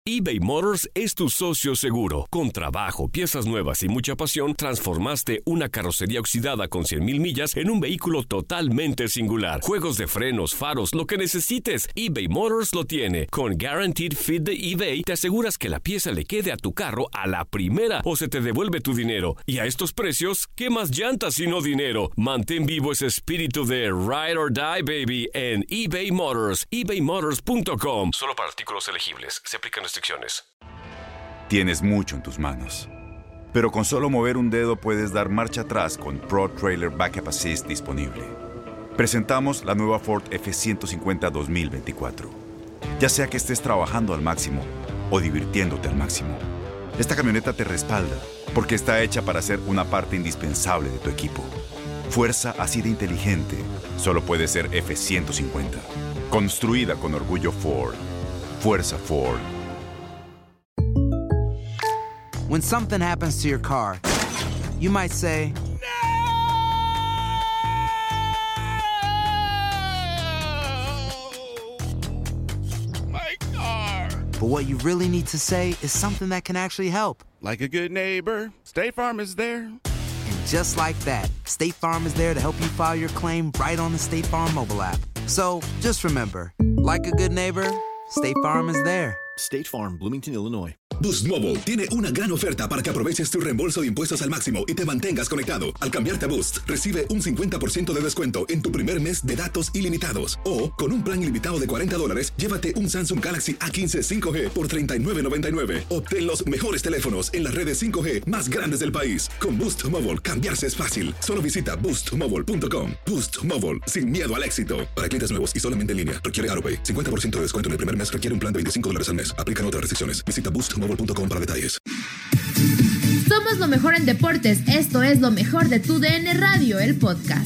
eBay Motors es tu socio seguro. Con trabajo, piezas nuevas y mucha pasión, transformaste una carrocería oxidada con 100,000 millas en un vehículo totalmente singular. Juegos de frenos, faros, lo que necesites, eBay Motors lo tiene. Con Guaranteed Fit de eBay, te aseguras que la pieza le quede a tu carro a la primera o se te devuelve tu dinero. Y a estos precios, ¿qué más llantas sino dinero? Mantén vivo ese espíritu de Ride or Die, baby, en eBay Motors. ebaymotors.com. Solo para artículos elegibles. Se aplican restricciones. Tienes mucho en tus manos, pero con solo mover un dedo puedes dar marcha atrás con Pro Trailer Backup Assist disponible. Presentamos la nueva Ford F-150 2024. Ya sea que estés trabajando al máximo o divirtiéndote al máximo, esta camioneta te respalda porque está hecha para ser una parte indispensable de tu equipo. Fuerza así de inteligente solo puede ser F-150. Construida con orgullo Ford. Fuerza Ford. When something happens to your car, you might say, My car! but what you really need to say is something that can actually help. Like a good neighbor, State Farm is there. And just like that, State Farm is there to help you file your claim right on the State Farm mobile app. So just remember, like a good neighbor, State Farm is there. State Farm, Bloomington, Illinois. Boost Mobile tiene una gran oferta para que aproveches tu reembolso de impuestos al máximo y te mantengas conectado. Al cambiarte a Boost, recibe un 50% de descuento en tu primer mes de datos ilimitados. O, con un plan ilimitado de $40, llévate un Samsung Galaxy A15 5G por $39.99. Obtén los mejores teléfonos en las redes 5G más grandes del país. Con Boost Mobile, cambiarse es fácil. Solo visita boostmobile.com. Boost Mobile, sin miedo al éxito. Para clientes nuevos y solamente en línea, requiere AutoPay. 50% de descuento en el primer mes requiere un plan de $25 al mes. Aplican otras restricciones. Visita boostmobile.com para detalles. Somos lo mejor en deportes. Esto es lo mejor de tu DN Radio, el podcast.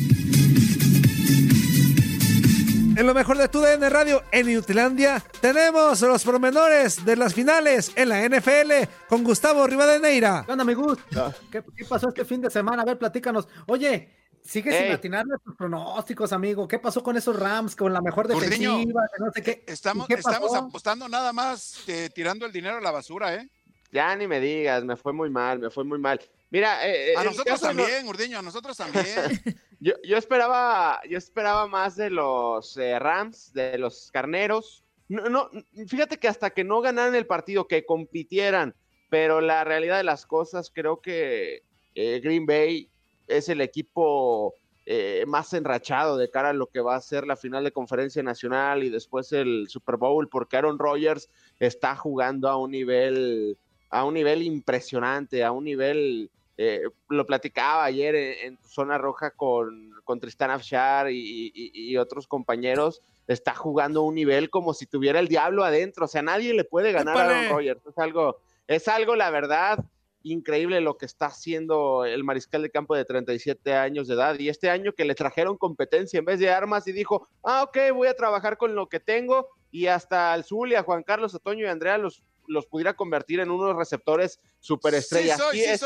En lo mejor de tu DN Radio en Inutilandia tenemos los pormenores de las finales en la NFL con Gustavo Rivadeneira. ¿Qué onda, mi Gus? ¿Qué pasó este fin de semana? A ver, platícanos. Oye, sigues sin atinarle a tus pronósticos, amigo. ¿Qué pasó con esos Rams, con la mejor defensiva? Urdiño, que no sé qué. Estamos apostando nada más tirando el dinero a la basura, ¿eh? Ya ni me digas, me fue muy mal. Mira, a nosotros también, Urdiño, a nosotros también. yo esperaba más de los Rams, de los Carneros. No, fíjate que hasta que no ganaran el partido, que compitieran, pero la realidad de las cosas, creo que Green Bay es el equipo más enrachado de cara a lo que va a ser la final de Conferencia Nacional y después el Super Bowl, porque Aaron Rodgers está jugando a un nivel impresionante, a un nivel, lo platicaba ayer en Zona Roja con Tristán Afshar y otros compañeros, está jugando a un nivel como si tuviera el diablo adentro, o sea, nadie le puede ganar a Aaron Rodgers, es algo, la verdad, increíble lo que está haciendo el mariscal de campo de 37 años de edad, y este año que le trajeron competencia en vez de armas y dijo, ok, voy a trabajar con lo que tengo, y hasta al Zulia, Juan Carlos, a Toño y Andrea los pudiera convertir en unos receptores superestrellas.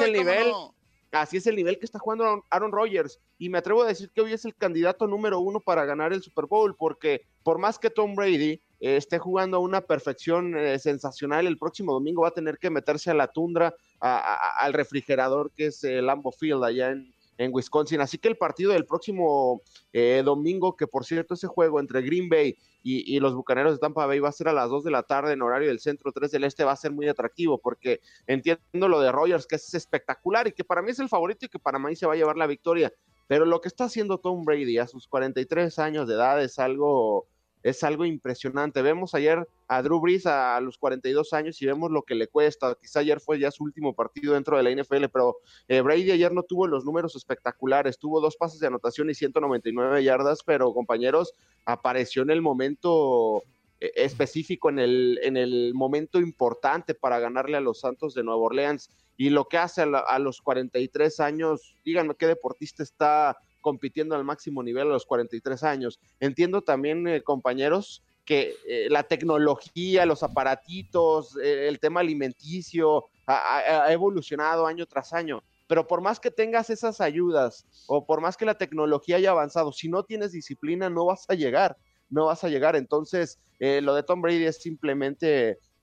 Así es el nivel que está jugando Aaron Rodgers, y me atrevo a decir que hoy es el candidato número 1 para ganar el Super Bowl, porque por más que Tom Brady esté jugando a una perfección sensacional, el próximo domingo va a tener que meterse a la tundra, al refrigerador que es el Lambeau Field allá en Wisconsin, así que el partido del próximo domingo, que por cierto ese juego entre Green Bay y los Bucaneros de Tampa Bay va a ser a las 2 de la tarde en horario del centro, 3 del este, va a ser muy atractivo, porque entiendo lo de Rodgers, que es espectacular y que para mí es el favorito y que para mí se va a llevar la victoria, pero lo que está haciendo Tom Brady a sus 43 años de edad es algo impresionante. Vemos ayer a Drew Brees a los 42 años y vemos lo que le cuesta. Quizá ayer fue ya su último partido dentro de la NFL, pero Brady ayer no tuvo los números espectaculares, tuvo 2 pases de anotación y 199 yardas, pero compañeros, apareció en el momento específico, en el momento importante para ganarle a los Santos de Nueva Orleans, y lo que hace a los 43 años, díganme qué deportista está compitiendo al máximo nivel a los 43 años. Entiendo también, compañeros, que la tecnología, los aparatitos, el tema alimenticio ha evolucionado año tras año, pero por más que tengas esas ayudas o por más que la tecnología haya avanzado, si no tienes disciplina no vas a llegar. Entonces lo de Tom Brady es simplemente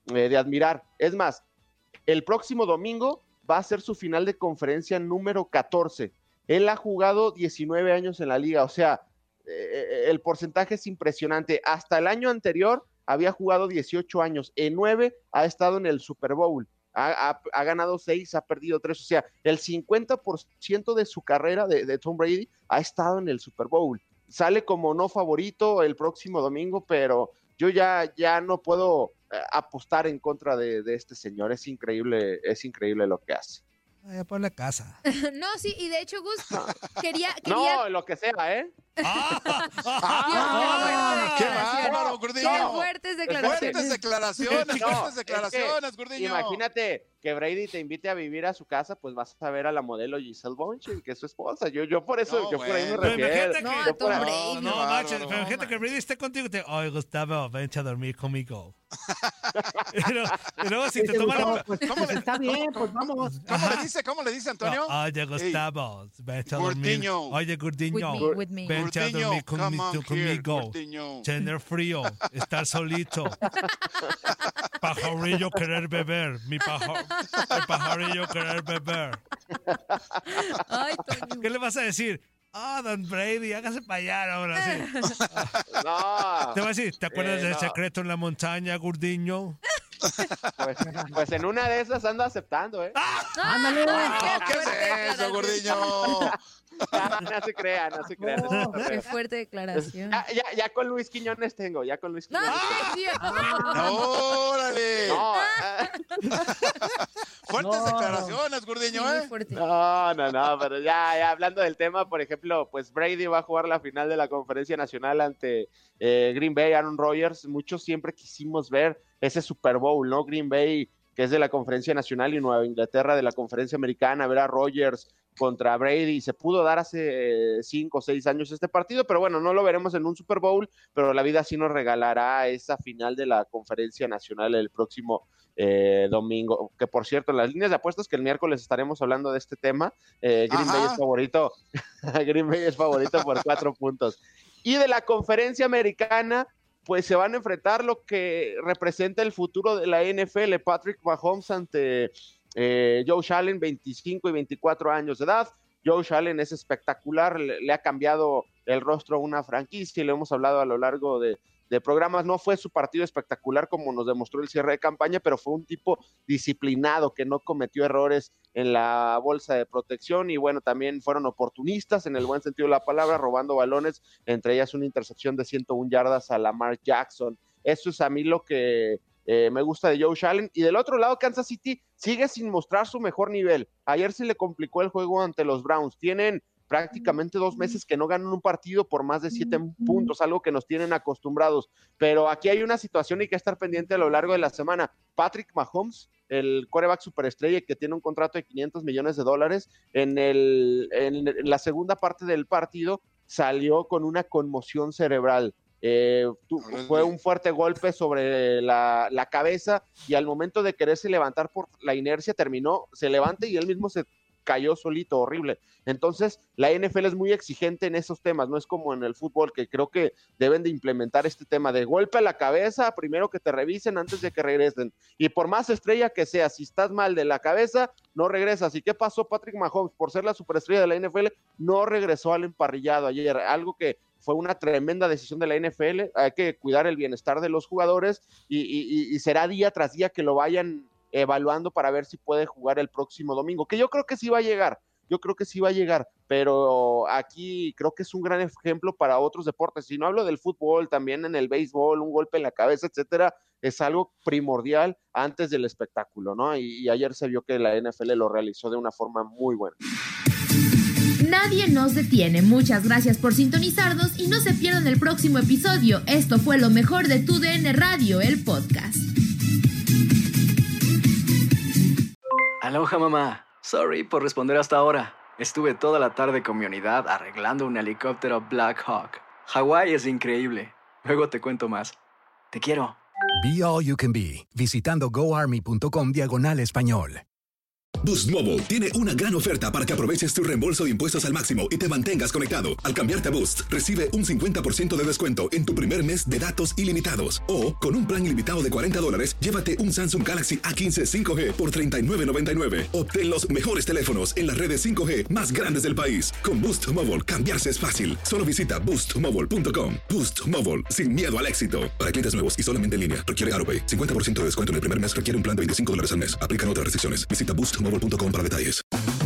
de admirar. Es más, el próximo domingo va a ser su final de conferencia número 14. Él ha jugado 19 años en la liga, o sea, el porcentaje es impresionante. Hasta el año anterior había jugado 18 años, en 9 ha estado en el Super Bowl. Ha ganado 6, ha perdido 3, o sea, el 50% de su carrera de Tom Brady ha estado en el Super Bowl. Sale como no favorito el próximo domingo, pero yo ya no puedo apostar en contra de este señor. Es increíble lo que hace. Vaya por la casa. No, sí, y de hecho, Gus, quería... No, lo que sea, ¿eh? ¡Qué bárbaro, Gurdiño! ¡Qué fuertes declaraciones! Fuertes declaraciones, Gurdiño. Imagínate que Brady te invite a vivir a su casa, pues vas a ver a la modelo Giselle Bündchen, que es su esposa. Yo por eso, por ahí me refiero. Pero imagínate que Brady esté contigo y te... Oye, Gustavo, vente a dormir conmigo. Pero si te toman... Está bien, pues vamos. ¿Cómo le dice Antonio? Oye, Gustavo, vente a dormir. Oye, Gurdiño. With me. Vente a dormir conmigo. Tener frío, estar solito. Pajarillo querer beber. Mi pajarillo querer beber. Ay, Toño. ¿Qué le vas a decir? Don Brady, hágase para allá ahora sí. No. Te voy a decir, ¿te acuerdas del secreto en la montaña, Gurdiño? Pues en una de esas ando aceptando, ¿eh? ¡Ándale! ¿Qué es eso, Gurdiño? No se crea. Qué fuerte declaración. Ya con Luis Quiñones tengo, ¡Órale! No, Fuertes declaraciones, Gurdiño, ¿eh? No, pero ya hablando del tema, por ejemplo, pues Brady va a jugar la final de la Conferencia Nacional ante Green Bay, Aaron Rodgers. Muchos siempre quisimos ver ese Super Bowl, ¿no? Green Bay, que es de la Conferencia Nacional, y Nueva Inglaterra de la Conferencia Americana, ver a Rodgers contra Brady. Se pudo dar hace 5 o 6 años este partido, pero bueno, no lo veremos en un Super Bowl, pero la vida sí nos regalará esa final de la Conferencia Nacional el próximo domingo, que por cierto, en las líneas de apuestas, que el miércoles estaremos hablando de este tema, Green Bay es favorito, Green Bay es favorito por 4 puntos. Y de la Conferencia Americana, pues se van a enfrentar lo que representa el futuro de la NFL, Patrick Mahomes ante Josh Allen, 25 y 24 años de edad. Josh Allen es espectacular, le ha cambiado el rostro a una franquicia y lo hemos hablado a lo largo de programas. No fue su partido espectacular como nos demostró el cierre de campaña, pero fue un tipo disciplinado que no cometió errores en la bolsa de protección, y bueno, también fueron oportunistas en el buen sentido de la palabra, robando balones, entre ellas una intercepción de 101 yardas a Lamar Jackson. Eso es a mí lo que me gusta de Josh Allen. Y del otro lado, Kansas City sigue sin mostrar su mejor nivel. Ayer se le complicó el juego ante los Browns. Tienen prácticamente 2 meses que no ganan un partido por más de 7 puntos, algo que nos tienen acostumbrados. Pero aquí hay una situación y hay que estar pendiente a lo largo de la semana. Patrick Mahomes, el quarterback superestrella que tiene un contrato de $500 millones, en la segunda parte del partido salió con una conmoción cerebral. Fue un fuerte golpe sobre la cabeza, y al momento de quererse levantar por la inercia se levanta y él mismo se cayó solito, horrible. Entonces, la NFL es muy exigente en esos temas, no es como en el fútbol, que creo que deben de implementar este tema de golpe a la cabeza, primero que te revisen antes de que regresen, y por más estrella que seas, si estás mal de la cabeza, no regresas. ¿Y qué pasó? Patrick Mahomes, por ser la superestrella de la NFL, no regresó al emparrillado ayer, algo que fue una tremenda decisión de la NFL. Hay que cuidar el bienestar de los jugadores, y será día tras día que lo vayan evaluando para ver si puede jugar el próximo domingo, que yo creo que sí va a llegar, pero aquí creo que es un gran ejemplo para otros deportes. Si no hablo del fútbol, también en el béisbol, un golpe en la cabeza, etcétera, es algo primordial antes del espectáculo, ¿no? Y ayer se vio que la NFL lo realizó de una forma muy buena. Nadie nos detiene. Muchas gracias por sintonizarnos y no se pierdan el próximo episodio. Esto fue lo mejor de Tu DN Radio, el podcast. Aloha, mamá. Sorry por responder hasta ahora. Estuve toda la tarde con mi unidad arreglando un helicóptero Black Hawk. Hawái es increíble. Luego te cuento más. Te quiero. Be All You Can Be, visitando goarmy.com/español. Boost Mobile tiene una gran oferta para que aproveches tu reembolso de impuestos al máximo y te mantengas conectado. Al cambiarte a Boost, recibe un 50% de descuento en tu primer mes de datos ilimitados. O, con un plan ilimitado de $40, llévate un Samsung Galaxy A15 5G por $39.99. Obtén los mejores teléfonos en las redes 5G más grandes del país. Con Boost Mobile, cambiarse es fácil. Solo visita boostmobile.com. Boost Mobile, sin miedo al éxito. Para clientes nuevos y solamente en línea, requiere AroPay. 50% de descuento en el primer mes requiere un plan de $25 al mes. Aplican otras restricciones. Visita boostmobile.com para detalles.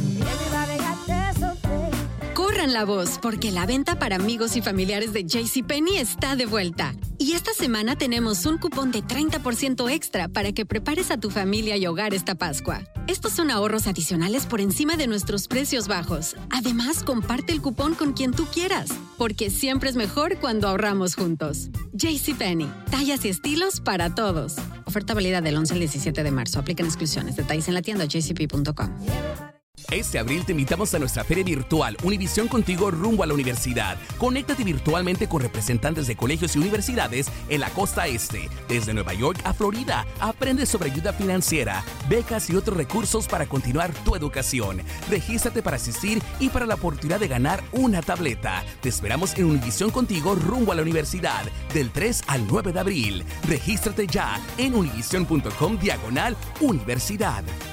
Corran la voz, porque la venta para amigos y familiares de JCPenney está de vuelta. Y esta semana tenemos un cupón de 30% extra para que prepares a tu familia y hogar esta Pascua. Estos son ahorros adicionales por encima de nuestros precios bajos. Además, comparte el cupón con quien tú quieras, porque siempre es mejor cuando ahorramos juntos. JCPenney, tallas y estilos para todos. Oferta válida del 11 al 17 de marzo. Aplican exclusiones. Detalles en la tienda jcp.com. Este abril te invitamos a nuestra feria virtual Univisión Contigo rumbo a la universidad. Conéctate virtualmente con representantes de colegios y universidades en la costa este, desde Nueva York a Florida. Aprende sobre ayuda financiera, becas y otros recursos para continuar tu educación. Regístrate para asistir y para la oportunidad de ganar una tableta. Te esperamos en Univisión Contigo rumbo a la universidad del 3 al 9 de abril. Regístrate ya en univision.com/universidad.